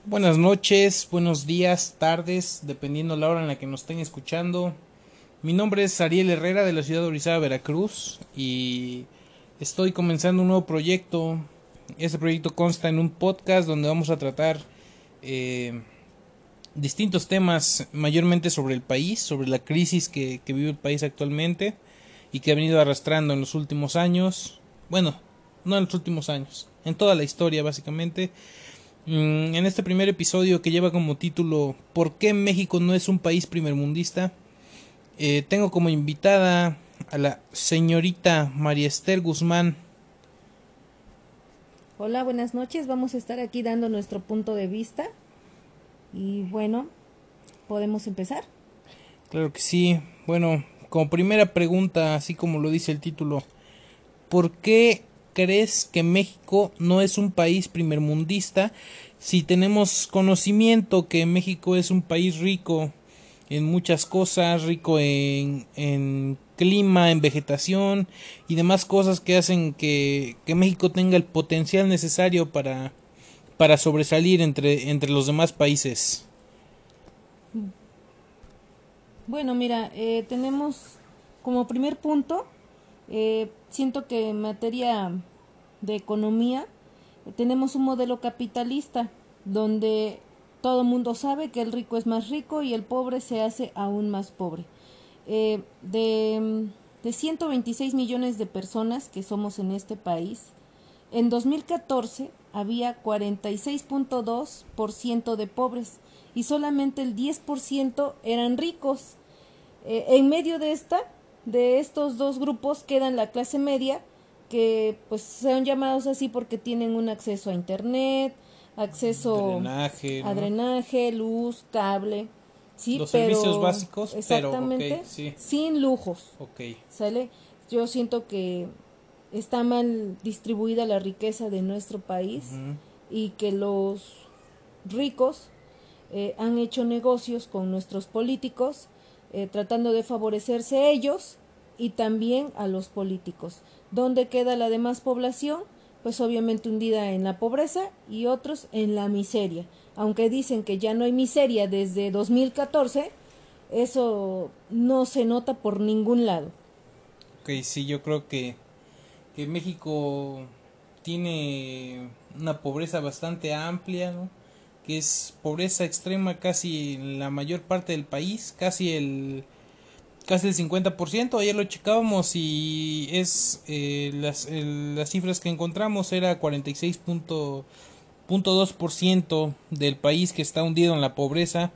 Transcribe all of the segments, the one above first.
Buenas noches, buenos días, tardes, dependiendo la hora en la que nos estén escuchando. Mi nombre es Ariel Herrera de la ciudad de Orizaba, Veracruz, y estoy comenzando un nuevo proyecto. Este proyecto consta en un podcast donde vamos a tratar eh, distintos temas, mayormente sobre el país, sobre la crisis que vive el país actualmente y que ha venido arrastrando en los últimos años. Bueno, no en los últimos años, en toda la historia básicamente. En este primer episodio que lleva como título ¿Por qué México no es un país primermundista? Tengo como invitada a la señorita María Esther Guzmán. Hola, buenas noches. Vamos a estar aquí dando nuestro punto de vista y bueno, podemos empezar. Claro que sí. Bueno, como primera pregunta, así como lo dice el título, ¿por qué crees que México no es un país primermundista si tenemos conocimiento que México es un país rico en muchas cosas, rico en clima, en vegetación y demás cosas que hacen que México tenga el potencial necesario para sobresalir entre los demás países? Bueno, mira, tenemos como primer punto, siento que en materia de economía tenemos un modelo capitalista donde todo el mundo sabe que el rico es más rico y el pobre se hace aún más pobre. Eh, de, de 126 millones de personas que somos en este país, en 2014 había 46.2% de pobres y solamente el 10% eran ricos. En medio de estos dos grupos quedan la clase media, que pues son llamados así porque tienen un acceso a internet, acceso Drenaje, a ¿no? drenaje, luz, cable, sí, Los servicios pero básicos, pero ok, exactamente sí, sin lujos, ok. ¿sale? Yo siento que está mal distribuida la riqueza de nuestro país Ujú. y que los ricos han hecho negocios con nuestros políticos, tratando de favorecerse ellos y también a los políticos. ¿Dónde queda la demás población? Pues obviamente hundida en la pobreza y otros en la miseria. Aunque dicen que ya no hay miseria desde 2014, eso no se nota por ningún lado. Ok, sí, yo creo que México tiene una pobreza bastante amplia, ¿no? Que es pobreza extrema casi en la mayor parte del país, casi el 50%. Ayer lo checábamos y es las cifras que encontramos era 46.2% del país que está hundido en la pobreza,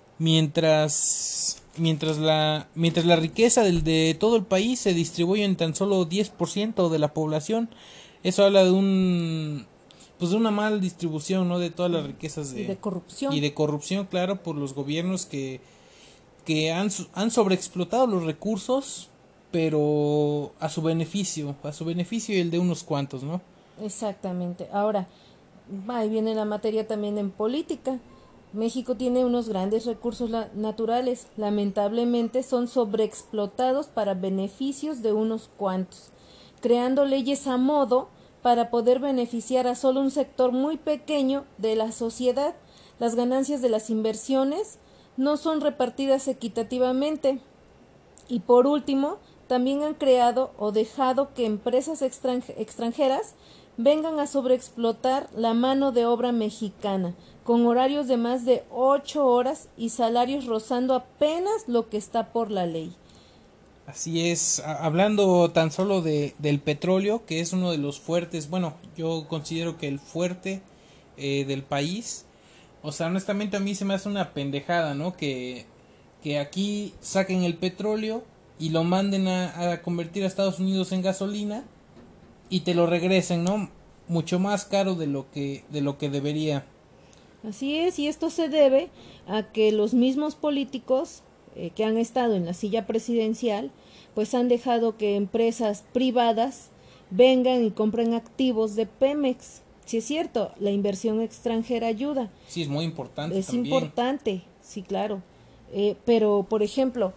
mientras la riqueza de todo el país se distribuye en tan solo 10% de la población. Eso habla de una mala distribución, ¿no? De todas las riquezas Y de y corrupción. de corrupción, claro, por los gobiernos que han sobreexplotado los recursos, pero a su beneficio y el de unos cuantos, ¿no? Exactamente. Ahora, ahí viene la materia también en política. México tiene unos grandes recursos naturales. Lamentablemente son sobreexplotados para beneficios de unos cuantos, creando leyes a modo para poder beneficiar a solo un sector muy pequeño de la sociedad. Las ganancias de las inversiones no son repartidas equitativamente. Y por último, también han creado o dejado que empresas extranjeras vengan a sobreexplotar la mano de obra mexicana, con horarios de más de 8 horas y salarios rozando apenas lo que está por la ley. Así es, hablando tan solo del petróleo, que es uno de los fuertes, bueno, yo considero que el fuerte del país, o sea, honestamente a mí se me hace una pendejada, ¿no? Que aquí saquen el petróleo y lo manden a convertir a Estados Unidos en gasolina y te lo regresen, ¿no? Mucho más caro de lo que debería. Así es, y esto se debe a que los mismos políticos que han estado en la silla presidencial, pues han dejado que empresas privadas vengan y compren activos de Pemex. Si es cierto, la inversión extranjera ayuda, Sí, es muy importante es también. importante, sí, claro. Pero, por ejemplo,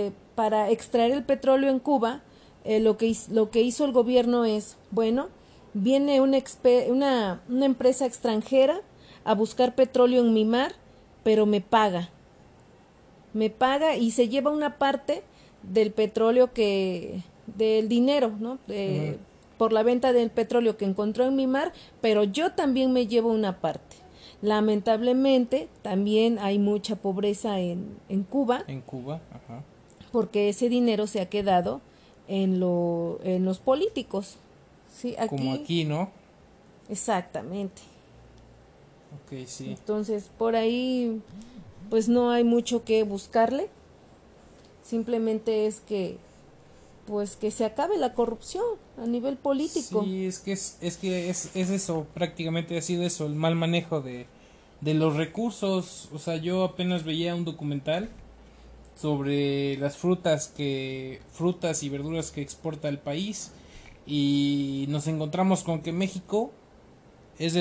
para extraer el petróleo en Cuba, lo que hizo el gobierno es, bueno, Viene una empresa extranjera a buscar petróleo en mi mar, pero me paga. Me paga y se lleva una parte del petróleo del dinero, ¿no? Ujú. Por la venta del petróleo que encontró en mi mar, pero yo también me llevo una parte. Lamentablemente, también hay mucha pobreza en Cuba, En Cuba, ajá. porque ese dinero se ha quedado en los políticos. Sí, Como aquí, aquí, ¿no? exactamente. Ok, sí. Entonces, por ahí, pues no hay mucho que buscarle. Simplemente es pues que se acabe la corrupción a nivel político. Sí, es eso, prácticamente ha sido eso, el mal manejo de los recursos. O sea, yo apenas veía un documental sobre las frutas y verduras que exporta el país, y nos encontramos con que México es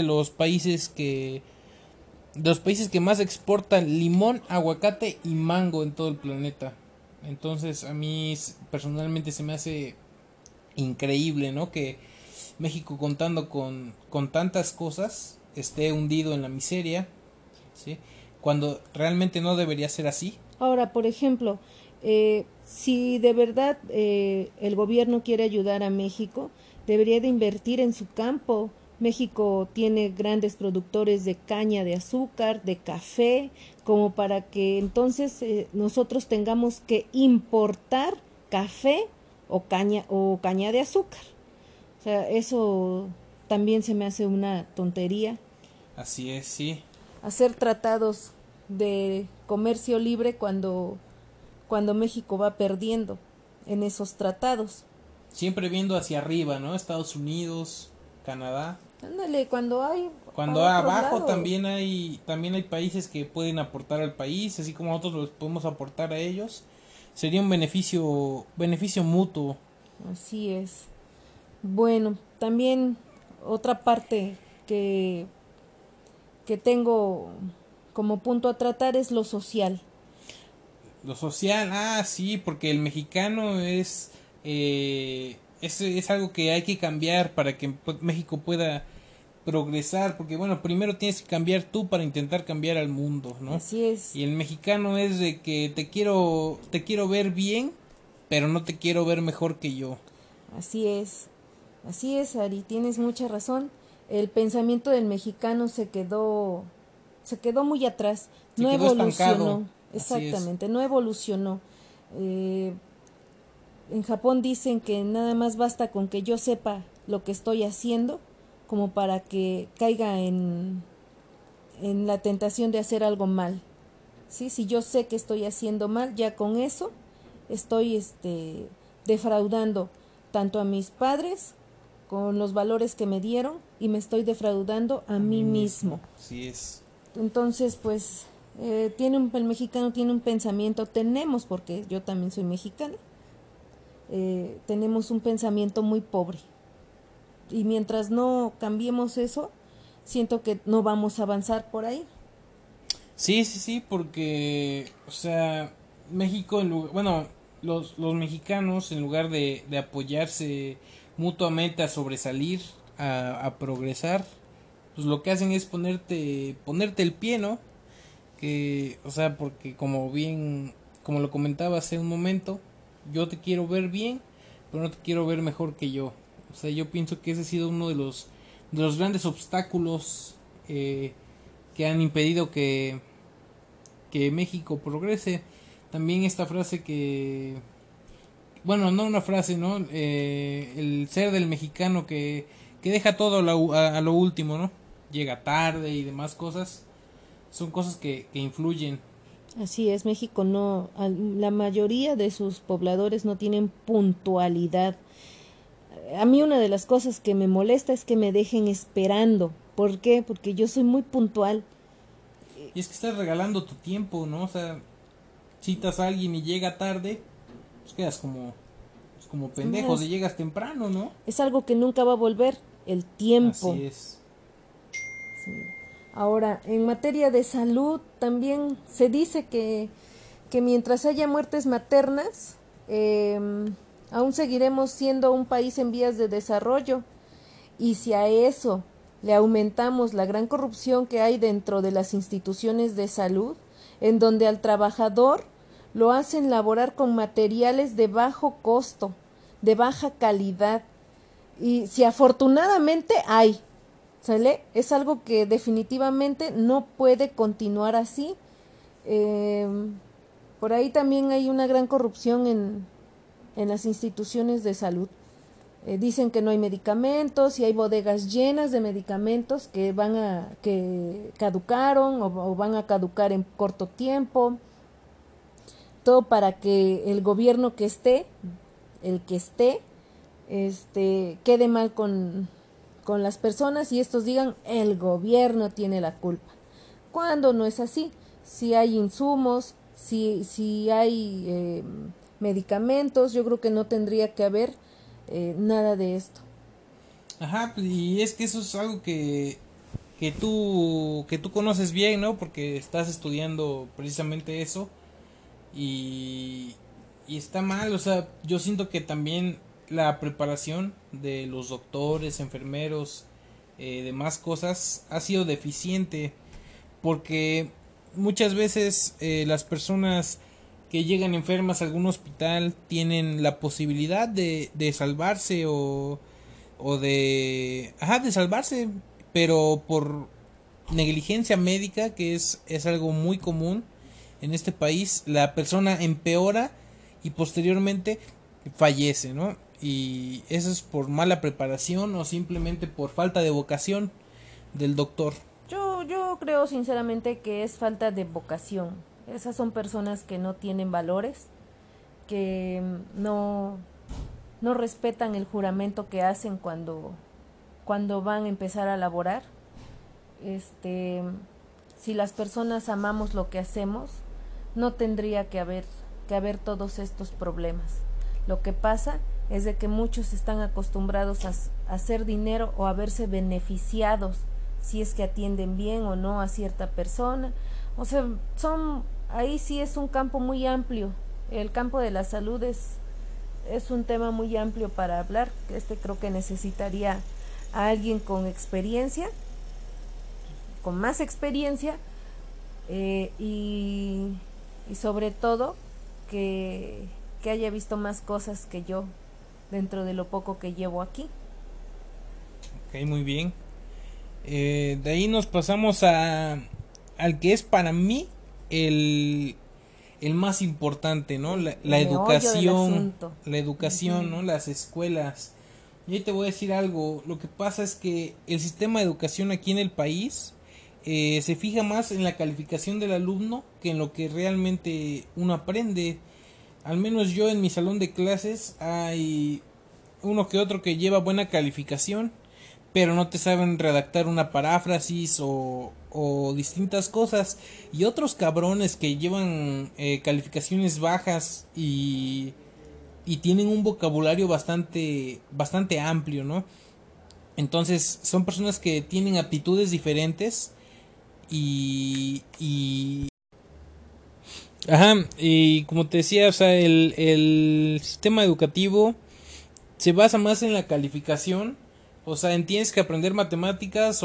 de los países que más exportan limón, aguacate y mango en todo el planeta. Entonces a mí personalmente se me hace increíble, ¿no? Que México, contando con tantas cosas, esté hundido en la miseria, ¿sí? Cuando realmente no debería ser así. Ahora, por ejemplo, si de verdad el gobierno quiere ayudar a México, debería de invertir en su campo. México tiene grandes productores de caña de azúcar, de café, como para que entonces nosotros tengamos que importar café o caña de azúcar. O sea, eso también se me hace una tontería. Así es, sí. Hacer tratados de comercio libre cuando México va perdiendo en esos tratados. Siempre viendo hacia arriba, ¿no? Estados Unidos, Canadá. Ándale, cuando hay Cuando para otros abajo lados. también hay países que pueden aportar al país, así como nosotros los podemos aportar a ellos. Sería un beneficio mutuo. Así es. Bueno, también otra parte que tengo como punto a tratar es lo social. Lo social, sí, porque el mexicano es algo que hay que cambiar para que México pueda progresar, porque bueno, primero tienes que cambiar tú para intentar cambiar al mundo, ¿no? Así es, Y el mexicano es de que te quiero ver bien, pero no te quiero ver mejor que yo. así es. Así es, Ari, tienes mucha razón. El pensamiento del mexicano se quedó muy atrás, Se no quedó estancado, evolucionó, así es. exactamente, no evolucionó. Eh, en Japón dicen que nada más basta con que yo sepa lo que estoy haciendo como para que caiga en la tentación de hacer algo mal. ¿Sí? Si yo sé que estoy haciendo mal, ya con eso estoy defraudando tanto a mis padres con los valores que me dieron y me estoy defraudando a A mí mí mismo, mismo. así es. Entonces, pues, el mexicano tiene un pensamiento, tenemos, porque yo también soy mexicana, tenemos un pensamiento muy pobre. Y mientras no cambiemos eso, siento que no vamos a avanzar por ahí. Sí, sí, sí, porque, o sea, México, bueno, los mexicanos, en lugar de apoyarse mutuamente a sobresalir, a progresar, pues lo que hacen es ponerte el pie, ¿no? Que, o sea, porque como lo comentaba hace un momento, yo te quiero ver bien, pero no te quiero ver mejor que yo. O sea, yo pienso que ese ha sido uno de los grandes obstáculos que han impedido que México progrese. También esta frase bueno, no una frase, ¿no? El ser del mexicano que deja todo a lo último, ¿no? Llega tarde y demás cosas. Son cosas que influyen. Así es, México no, la mayoría de sus pobladores no tienen puntualidad. A mí una de las cosas que me molesta es que me dejen esperando. ¿Por qué? Porque yo soy muy puntual. Y es que estás regalando tu tiempo, ¿no? O sea, citas a alguien y llega tarde, pues quedas como pendejo si Es, llegas temprano, ¿no? es algo que nunca va a volver, el tiempo. Así es. Sí. Ahora, en materia de salud, también se dice que mientras haya muertes maternas, aún seguiremos siendo un país en vías de desarrollo. Y si a eso le aumentamos la gran corrupción que hay dentro de las instituciones de salud, en donde al trabajador lo hacen laborar con materiales de bajo costo, de baja calidad, y si afortunadamente hay, ¿sale? Es algo que definitivamente no puede continuar así. Eh, por ahí también hay una gran corrupción en las instituciones de salud. Dicen que no hay medicamentos y hay bodegas llenas de medicamentos que caducaron o van a caducar en corto tiempo. Todo para que el gobierno que esté, el que esté, quede mal con las personas y estos digan el gobierno tiene la culpa. Cuando no es así, si hay insumos, si hay medicamentos, yo creo que no tendría que haber nada de esto. Ajá, y es que eso es algo que tú conoces bien, ¿no? Porque estás estudiando precisamente eso y, y está mal, o sea, yo siento que también la preparación de los doctores, enfermeros, demás cosas ha sido deficiente porque muchas veces las personas que llegan enfermas a algún hospital tienen la posibilidad de salvarse o de salvarse, pero por negligencia médica, que es algo muy común en este país, la persona empeora y posteriormente fallece, ¿no? Y eso es por mala preparación o simplemente por falta de vocación del doctor. Yo creo sinceramente que es falta de vocación. Esas son personas que no tienen valores, que no respetan el juramento que hacen cuando van a empezar a laborar. Si las personas amamos lo que hacemos, no tendría que haber todos estos problemas. Lo que pasa es de que muchos están acostumbrados a hacer dinero o a verse beneficiados si es que atienden bien o no a cierta persona. O sea, ahí sí es un campo muy amplio. El campo de la salud es un tema muy amplio para hablar. Creo que necesitaría a alguien con experiencia, con más experiencia, y sobre todo que haya visto más cosas que yo dentro de lo poco que llevo aquí. Ok, muy bien. De ahí nos pasamos al que es para mí el más importante, ¿no? La El meollo del educación, asunto. la educación, ¿no? Las escuelas. Y ahí te voy a decir algo, lo que pasa es que el sistema de educación aquí en el país se fija más en la calificación del alumno que en lo que realmente uno aprende. Al menos yo en mi salón de clases hay uno que otro que lleva buena calificación, pero no te saben redactar una paráfrasis o distintas cosas. Y otros cabrones que llevan calificaciones bajas y tienen un vocabulario bastante amplio, ¿no? Entonces son personas que tienen aptitudes diferentes y ajá, y como te decía, o sea, el sistema educativo se basa más en la calificación. O sea, tienes que aprender matemáticas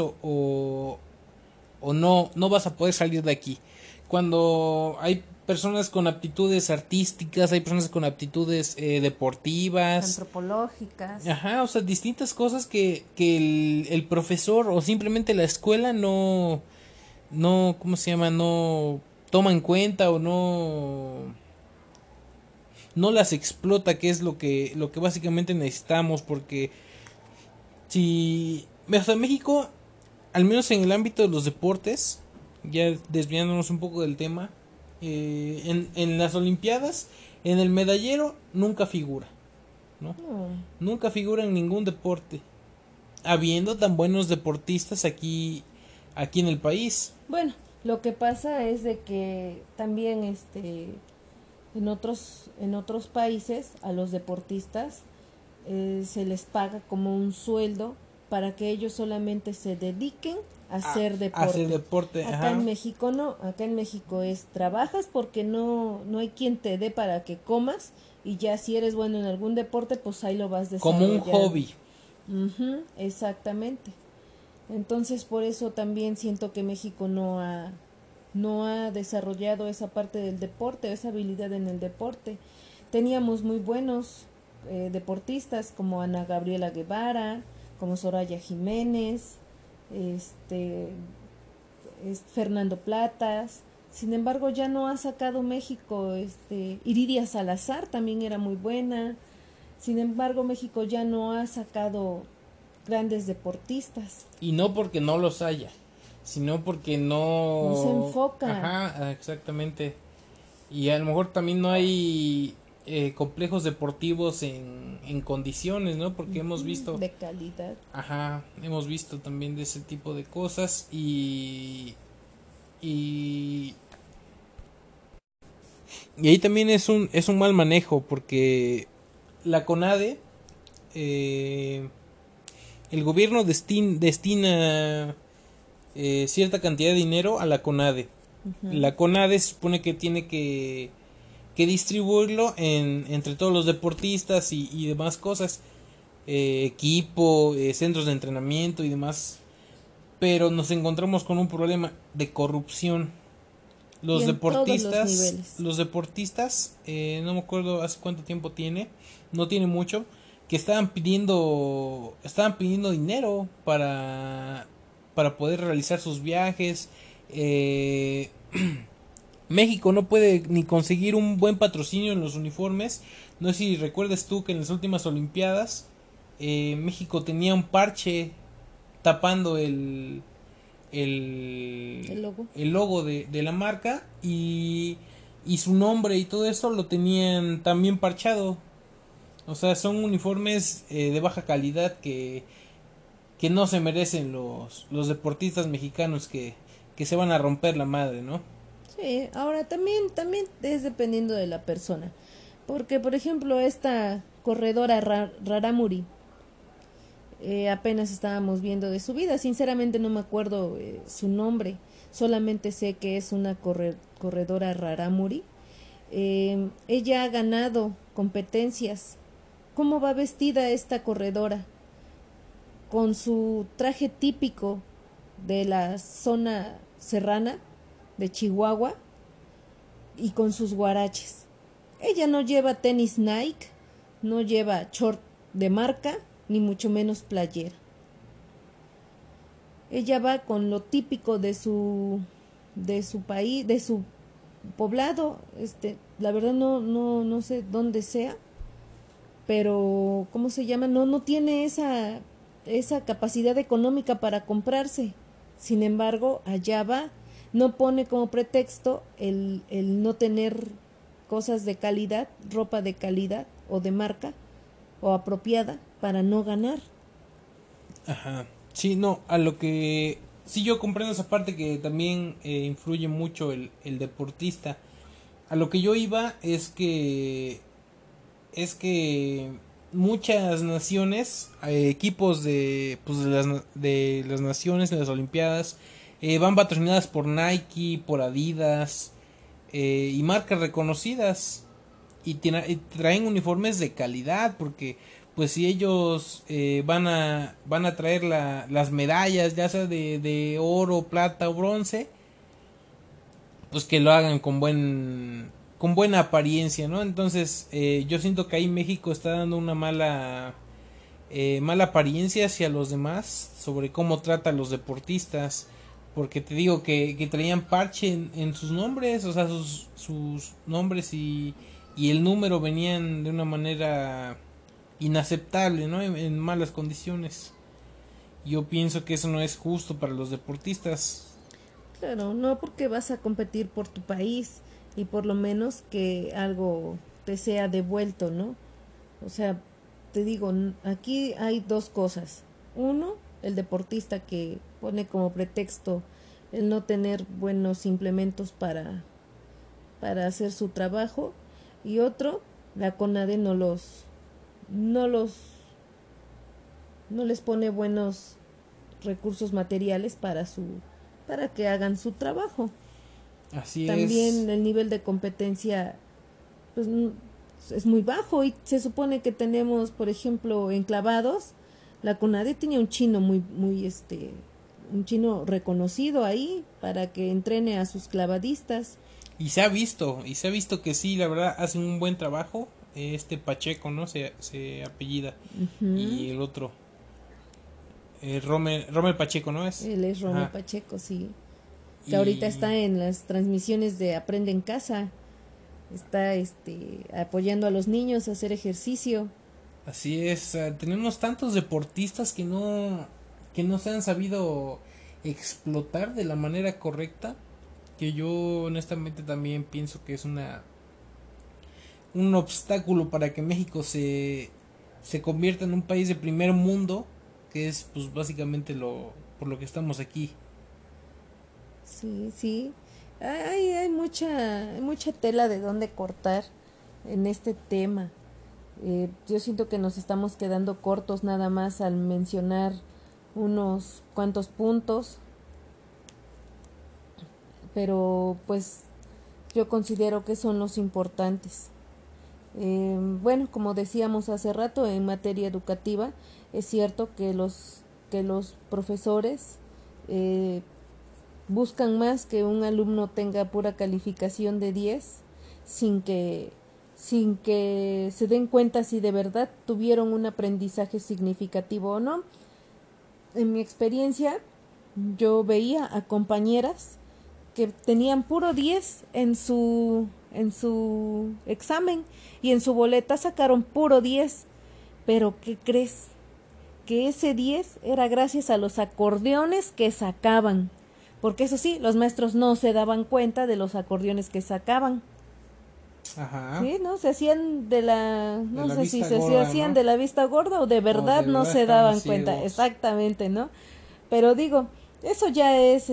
o no vas a poder salir de aquí. Cuando hay personas con aptitudes artísticas, hay personas con aptitudes deportivas, Antropológicas. ajá, o sea, distintas cosas que el profesor o simplemente la escuela ¿cómo se llama? No toma en cuenta o no las explota, que es lo que básicamente necesitamos, porque si, o sea, México, al menos en el ámbito de los deportes, ya desviándonos un poco del tema, en las Olimpiadas, en el medallero nunca figura, ¿no? Nunca figura en ningún deporte, habiendo tan buenos deportistas aquí en el país. Bueno, lo que pasa es de que también en otros países a los deportistas se les paga como un sueldo para que ellos solamente se dediquen a hacer deporte. Hacer deporte, Acá ajá. en México no, acá en México trabajas porque no hay quien te dé para que comas y ya si eres bueno en algún deporte pues ahí lo vas Como desarrollando. un hobby. Ujú, exactamente. Entonces, por eso también siento que México no ha desarrollado esa parte del deporte, esa habilidad en el deporte. Teníamos muy buenos deportistas como Ana Gabriela Guevara, como Soraya Jiménez, este, Fernando Platas. Sin embargo, ya no ha sacado México, Iridia Salazar también era muy buena. Sin embargo, México ya no ha sacado grandes deportistas. Y no porque no los haya, sino porque No se no... enfoca. Ajá, exactamente. Y a lo mejor también no hay complejos deportivos en condiciones, ¿no? Porque hemos visto, De calidad. ajá, hemos visto también de ese tipo de cosas y, y ahí también es un mal manejo porque la CONADE, eh, el gobierno destina cierta cantidad de dinero a la CONADE. Ujú. La CONADE se supone que tiene que distribuirlo entre todos los deportistas y demás cosas, equipo, centros de entrenamiento y demás, pero nos encontramos con un problema de corrupción. Y en todos los niveles. Los deportistas, no me acuerdo hace cuánto tiempo tiene, no tiene mucho, que estaban pidiendo dinero para poder realizar sus viajes. Eh, México no puede ni conseguir un buen patrocinio en los uniformes. No sé si recuerdas tú que en las últimas Olimpiadas México tenía un parche tapando El logo. el logo de la marca y su nombre y todo eso lo tenían también parchado. O sea, son uniformes de baja calidad que no se merecen los deportistas mexicanos que se van a romper la madre, ¿no? Sí, ahora también es dependiendo de la persona. Porque, por ejemplo, esta corredora Raramuri, apenas estábamos viendo de su vida. Sinceramente no me acuerdo su nombre. Solamente sé que es una corredora Raramuri. Ella ha ganado competencias. ¿Cómo va vestida esta corredora? Con su traje típico de la zona serrana de Chihuahua y con sus guaraches. Ella no lleva tenis Nike, no lleva short de marca, ni mucho menos playera. Ella va con lo típico de su país, de su poblado. La verdad no sé dónde sea, pero ¿cómo se llama? No tiene esa capacidad económica para comprarse. Sin embargo, allá va, no pone como pretexto el no tener cosas de calidad, ropa de calidad o de marca o apropiada para no ganar. Ajá. Sí, no, a lo que... Sí, yo comprendo esa parte que también influye mucho el deportista. A lo que yo iba es que muchas naciones, equipos de, pues de las naciones en las Olimpiadas, van patrocinadas por Nike, por Adidas y marcas reconocidas y traen uniformes de calidad porque pues si ellos van a traer las medallas ya sea de oro, plata o bronce, pues que lo hagan con buena apariencia, ¿no? Entonces yo siento que ahí México está dando una mala apariencia hacia los demás sobre cómo trata a los deportistas. Porque te digo que traían parche en sus nombres, o sea, sus nombres y el número venían de una manera inaceptable, ¿no? En malas condiciones. Yo pienso que eso no es justo para los deportistas. Claro, no porque vas a competir por tu país y por lo menos que algo te sea devuelto, ¿no? O sea, te digo, aquí hay dos cosas. Uno, el deportista que pone como pretexto el no tener buenos implementos para hacer su trabajo. Y otro, la CONADE no los, no les pone buenos recursos materiales para que hagan su trabajo. Así es. También el nivel de competencia pues es muy bajo y se supone que tenemos, por ejemplo, enclavados La CONADE tenía un chino un chino reconocido ahí para que entrene a sus clavadistas. Y se ha visto que sí, la verdad, hacen un buen trabajo. Este Pacheco, ¿no? Se apellida. Ujú. Y el otro, Rommel Pacheco, ¿no es? Él es Rommel Ajá. Pacheco, sí. Que ahorita Y está en las transmisiones de Aprende en Casa. Está apoyando a los niños a hacer ejercicio. así es, tenemos tantos deportistas que no se han sabido explotar de la manera correcta, que yo honestamente también pienso que es un obstáculo para que México se convierta en un país de primer mundo, que es pues básicamente por lo que estamos aquí. Sí, sí. Hay mucha tela de dónde cortar en este tema. Yo siento que nos estamos quedando cortos nada más al mencionar unos cuantos puntos, pero pues yo considero que son los importantes. Bueno, como decíamos hace rato, en materia educativa, es cierto que que los profesores eh, buscan más que un alumno tenga pura calificación de 10 sin que, sin que se den cuenta si de verdad tuvieron un aprendizaje significativo o no. En mi experiencia, yo veía a compañeras que tenían puro 10 en su examen y en su boleta sacaron puro 10. Pero ¿qué crees? Que ese 10 era gracias a los acordeones que sacaban. Porque eso sí, los maestros no se daban cuenta de los acordeones que sacaban. Ajá, Sí, ¿no? Se hacían de la, de no la sé si vista se gorda, hacían ¿no? de la vista gorda o de O verdad de no verdad se estaban daban cuenta, ciegos. exactamente, ¿no? Pero digo, eso ya es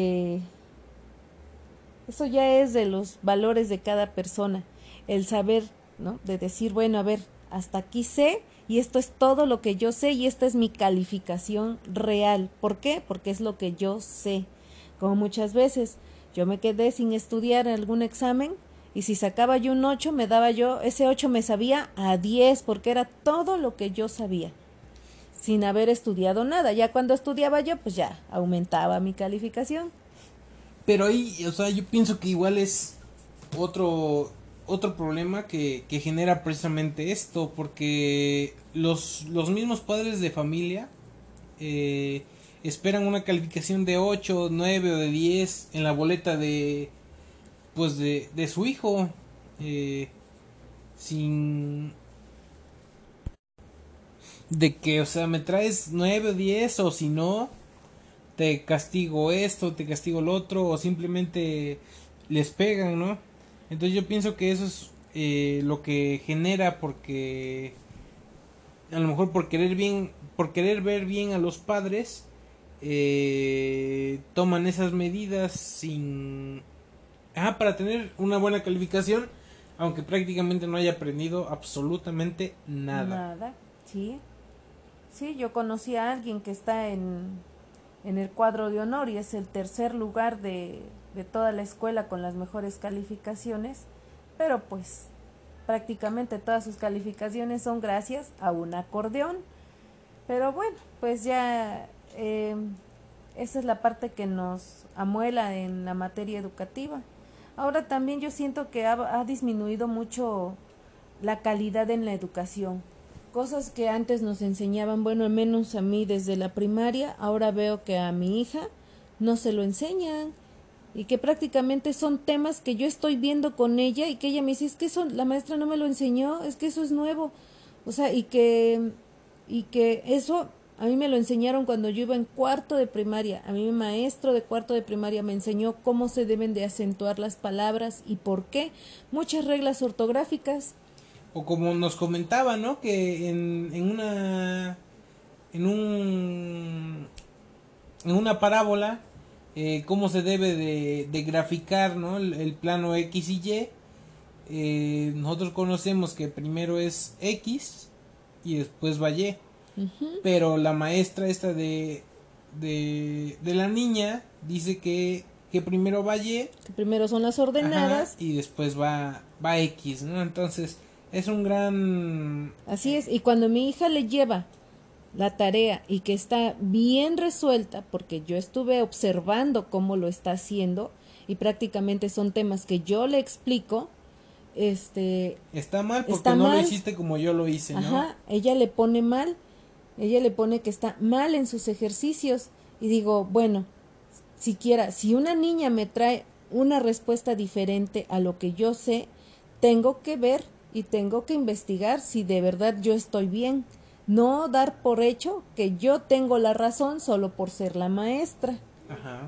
eso ya es de los valores de cada persona, el saber, ¿no? De decir, bueno, a ver, hasta aquí sé y esto es todo lo que yo sé y esta es mi calificación real. ¿Por qué? Porque es lo que yo sé. Como muchas veces yo me quedé sin estudiar en algún examen y si sacaba yo un 8 me daba yo, ese 8 me sabía a 10 porque era todo lo que yo sabía sin haber estudiado nada. Ya cuando estudiaba yo, pues ya aumentaba mi calificación. Pero ahí, o sea, yo pienso que igual es otro otro problema que genera precisamente esto, porque los mismos padres de familia eh, esperan una calificación de 8 9 o de 10 en la boleta pues de su hijo, eh, sin de que, o sea, me traes 9 o 10 o si no, te castigo esto, te castigo lo otro, o simplemente les pegan, ¿no? Entonces yo pienso que eso es lo que genera porque a lo mejor por querer ver bien a los padres, toman esas medidas sin... Ajá, para tener una buena calificación, aunque prácticamente no haya aprendido absolutamente nada. Nada, sí. Sí, yo conocí a alguien que está en el cuadro de honor y es el tercer lugar de toda la escuela con las mejores calificaciones, pero pues prácticamente todas sus calificaciones son gracias a un acordeón. Pero bueno, pues ya esa es la parte que nos amuela en la materia educativa. Ahora también yo siento que ha disminuido mucho la calidad en la educación. Cosas que antes nos enseñaban, bueno, al menos a mí desde la primaria, ahora veo que a mi hija no se lo enseñan y que prácticamente son temas que yo estoy viendo con ella y que ella me dice, es que eso la maestra no me lo enseñó, es que eso es nuevo. O sea, y que eso a mí me lo enseñaron cuando yo iba en cuarto de primaria. A mí mi maestro de cuarto de primaria me enseñó cómo se deben de acentuar las palabras y por qué. Muchas reglas ortográficas. O como nos comentaba, ¿no? Que en en una parábola, cómo se debe de graficar, ¿no? El plano X y Y. Nosotros conocemos que primero es X y después va Y. Pero la maestra esta de la niña dice que primero va Y, Que primero son las ajá, ordenadas. y después va X, ¿no? Entonces es un gran... Así es. Y cuando mi hija le lleva la tarea y que está bien resuelta, porque yo estuve observando cómo lo está haciendo y prácticamente son temas que yo le explico, Está mal porque está no lo mal. hiciste como yo lo hice, ¿no? Ajá, ella le pone mal, ella le pone que está mal en sus ejercicios y digo, bueno, siquiera si una niña me trae una respuesta diferente a lo que yo sé, tengo que ver y tengo que investigar si de verdad yo estoy bien, no dar por hecho que yo tengo la razón solo por ser la maestra. Ajá.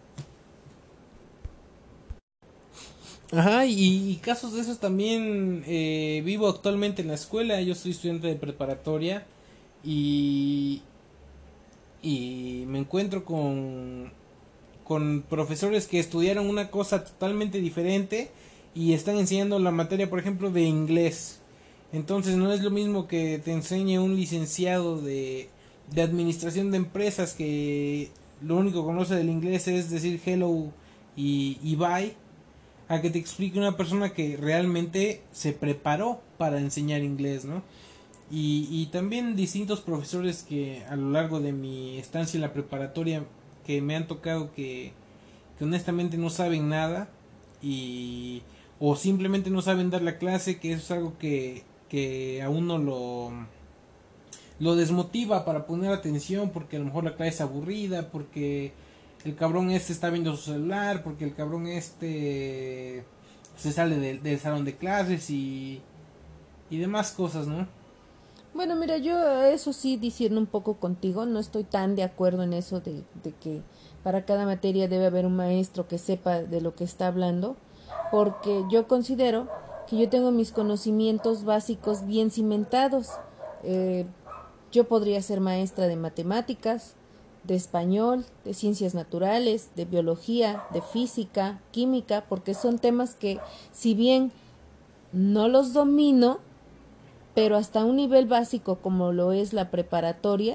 Ajá, y casos de esos también vivo actualmente en la escuela. Yo soy estudiante de preparatoria y, y me encuentro con profesores que estudiaron una cosa totalmente diferente y están enseñando la materia, por ejemplo, de inglés. Entonces no es lo mismo que te enseñe un licenciado de administración de empresas que lo único que conoce del inglés es decir hello y bye, a que te explique una persona que realmente se preparó para enseñar inglés, ¿no? Y también distintos profesores que a lo largo de mi estancia en la preparatoria que me han tocado que honestamente no saben nada y o simplemente no saben dar la clase, que eso es algo que a uno lo desmotiva para poner atención porque a lo mejor la clase es aburrida, porque el cabrón este está viendo su celular, porque el cabrón este se sale del salón de clases y demás cosas, ¿no? Bueno, mira, yo eso sí diciendo un poco contigo, no estoy tan de acuerdo en eso de que para cada materia debe haber un maestro que sepa de lo que está hablando, porque yo considero que yo tengo mis conocimientos básicos bien cimentados. Eh, yo podría ser maestra de matemáticas, de español, de ciencias naturales, de biología, de física, química, porque son temas que si bien no los domino, pero hasta un nivel básico como lo es la preparatoria,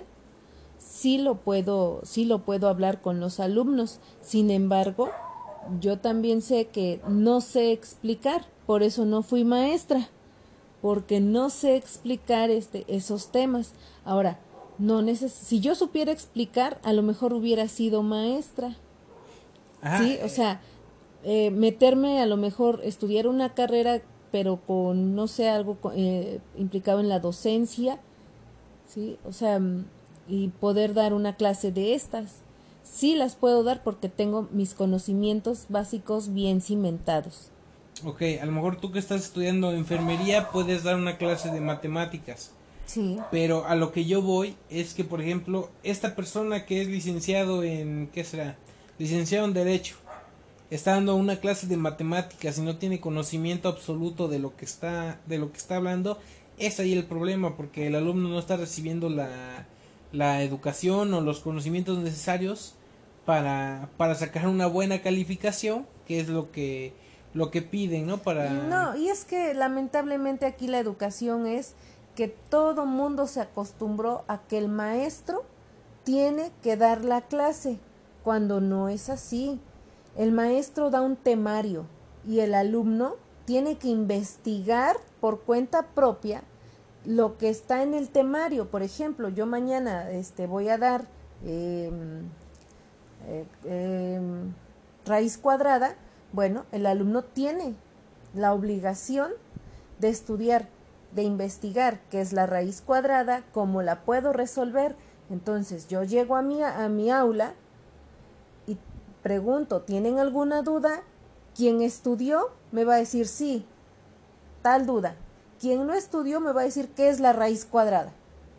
sí lo puedo hablar con los alumnos. Sin embargo, yo también sé que no sé explicar, por eso no fui maestra, porque no sé explicar esos temas. Ahora, si yo supiera explicar, a lo mejor hubiera sido maestra. Ajá, Sí, o sea, meterme a lo mejor estudiar una carrera pero con no sé algo implicado en la docencia, sí, o sea, y poder dar una clase de estas, sí las puedo dar porque tengo mis conocimientos básicos bien cimentados. ok, a lo mejor tú que estás estudiando enfermería puedes dar una clase de matemáticas. Sí. Pero a lo que yo voy es que, por ejemplo, esta persona que es licenciado en, ¿qué será? Licenciado en Derecho, está dando una clase de matemáticas y no tiene conocimiento absoluto de lo que está hablando. Es ahí el problema, porque el alumno no está recibiendo la educación o los conocimientos necesarios para sacar una buena calificación, que es lo que piden, ¿no? Y Para... no, y es que lamentablemente aquí la educación es que todo mundo se acostumbró a que el maestro tiene que dar la clase, cuando no es así. El maestro da un temario y el alumno tiene que investigar por cuenta propia lo que está en el temario. Por ejemplo, yo mañana voy a dar eh, eh, eh, raíz cuadrada. Bueno, el alumno tiene la obligación de estudiar, de investigar qué es la raíz cuadrada, cómo la puedo resolver. Entonces yo llego a mi aula y pregunto, ¿tienen alguna duda? Quien estudió me va a decir sí, tal duda. Quien no estudió me va a decir qué es la raíz cuadrada.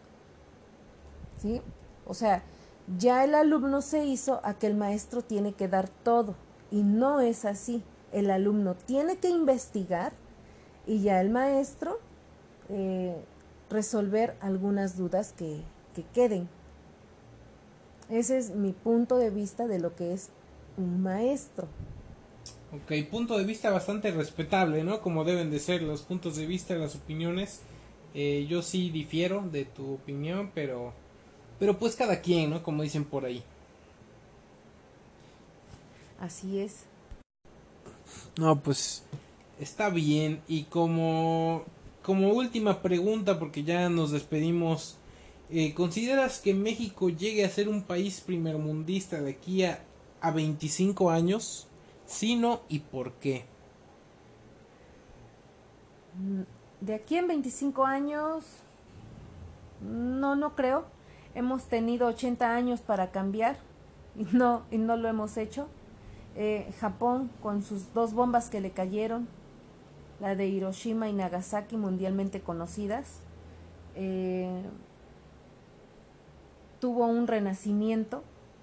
¿Sí? O sea, ya el alumno se hizo a que el maestro tiene que dar todo y no es así. El alumno tiene que investigar y ya el maestro eh, resolver algunas dudas que queden. Ese es mi punto de vista de lo que es un maestro. Ok, punto de vista bastante respetable, ¿no? Como deben de ser los puntos de vista, las opiniones. Yo sí difiero de tu opinión, pero pues cada quien, ¿no? Como dicen por ahí. Así es. No, pues está bien. Y como última pregunta, porque ya nos despedimos ¿Consideras que México llegue a ser un país primermundista de aquí a 25 años? ¿Sí, no y por qué? De aquí en 25 años, no creo. Hemos tenido 80 años para cambiar y no lo hemos hecho. Japón, con sus 2 bombas que le cayeron, la de Hiroshima y Nagasaki, mundialmente conocidas, tuvo un renacimiento,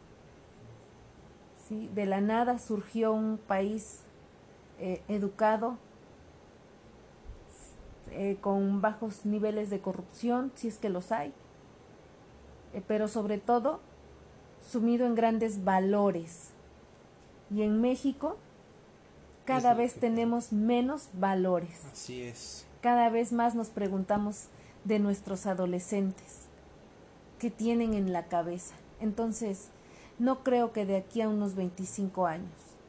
¿sí? De la nada surgió un país educado, con bajos niveles de corrupción, si es que los hay, pero sobre todo sumido en grandes valores. Y en México cada vez tenemos menos valores. Así es. Cada vez más nos preguntamos de nuestros adolescentes qué tienen en la cabeza. Entonces, no creo que de aquí a unos 25 años.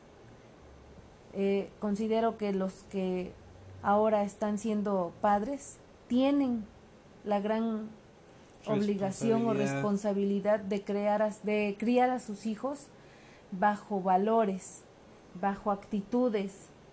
Considero que los que ahora están siendo padres tienen la gran obligación o responsabilidad de criar a sus hijos bajo valores, bajo actitudes,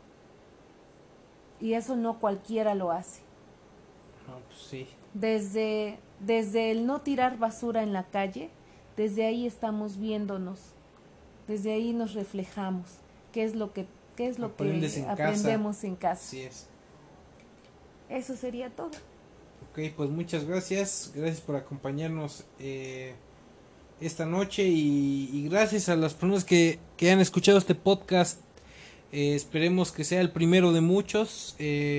y eso no cualquiera lo hace. No, pues sí. Desde el no tirar basura en la calle, desde ahí estamos viéndonos, desde ahí nos reflejamos, qué es lo que aprendemos en casa. Así es. Eso sería todo. Ok, pues muchas gracias por acompañarnos esta noche y gracias a las personas que han escuchado este podcast. Esperemos que sea el primero de muchos.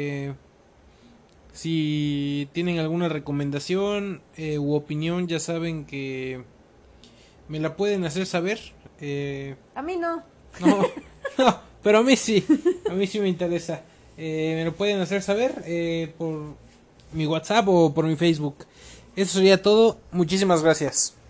Si tienen alguna recomendación u opinión, ya saben que me la pueden hacer saber. A mí no. No, no, pero a mí sí me interesa. Me lo pueden hacer saber por mi WhatsApp o por mi Facebook. Eso sería todo. Muchísimas gracias.